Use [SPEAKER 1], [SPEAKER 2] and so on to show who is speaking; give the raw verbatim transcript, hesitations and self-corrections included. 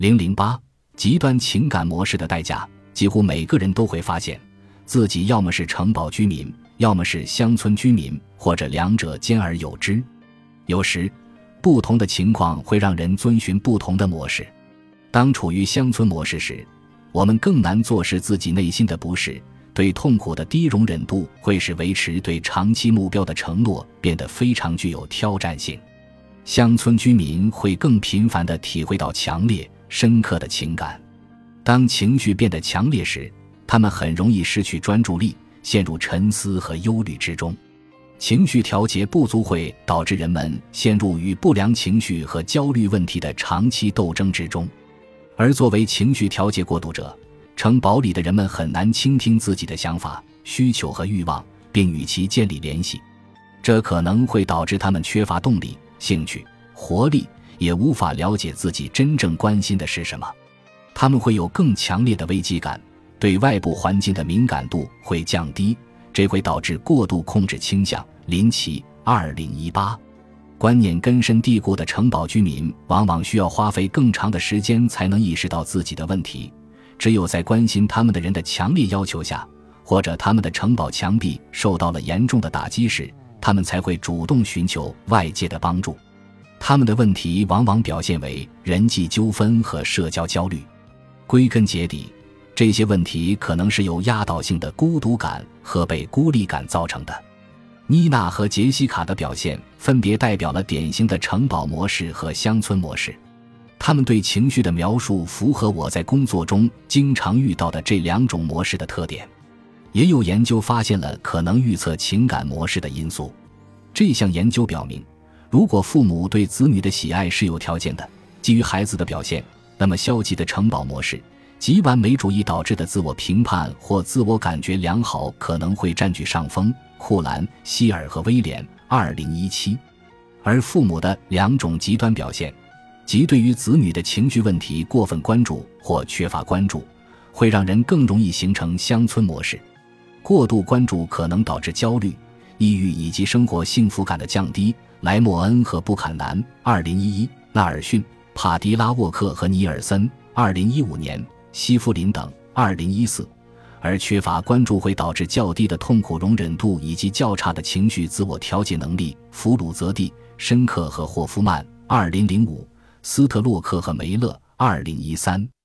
[SPEAKER 1] 零零八极端情感模式的代价，几乎每个人都会发现自己要么是城堡居民，要么是乡村居民，或者两者兼而有之。有时不同的情况会让人遵循不同的模式。当处于乡村模式时，我们更难坐实自己内心的不适，对痛苦的低容忍度会使维持对长期目标的承诺变得非常具有挑战性。乡村居民会更频繁地体会到强烈深刻的情感，当情绪变得强烈时，他们很容易失去专注力，陷入沉思和忧虑之中。情绪调节不足会导致人们陷入与不良情绪和焦虑问题的长期斗争之中。而作为情绪调节过度者，城堡里的人们很难倾听自己的想法、需求和欲望，并与其建立联系。这可能会导致他们缺乏动力、兴趣、活力，也无法了解自己真正关心的是什么。他们会有更强烈的危机感，对外部环境的敏感度会降低，这会导致过度控制倾向。林奇二零一八观念根深蒂固的城堡居民往往需要花费更长的时间才能意识到自己的问题，只有在关心他们的人的强烈要求下，或者他们的城堡墙壁受到了严重的打击时，他们才会主动寻求外界的帮助。他们的问题往往表现为人际纠纷和社交焦虑。归根结底，这些问题可能是由压倒性的孤独感和被孤立感造成的。妮娜和杰西卡的表现分别代表了典型的城堡模式和乡村模式。他们对情绪的描述符合我在工作中经常遇到的这两种模式的特点。也有研究发现了可能预测情感模式的因素。这项研究表明，如果父母对子女的喜爱是有条件的，基于孩子的表现，那么消极的城堡模式，即完美主义导致的自我评判或自我感觉良好可能会占据上风。库兰、希尔和威廉二零一七。而父母的两种极端表现，即对于子女的情绪问题过分关注或缺乏关注，会让人更容易形成乡村模式。过度关注可能导致焦虑、抑郁以及生活幸福感的降低。莱莫恩和布坎南二零一一，纳尔逊、帕迪拉沃克和尼尔森二零一五年，西夫林等二零一四。而缺乏关注会导致较低的痛苦容忍度以及较差的情绪自我调节能力。弗鲁泽蒂、申克和霍夫曼二零零五，斯特洛克和梅勒二零一三。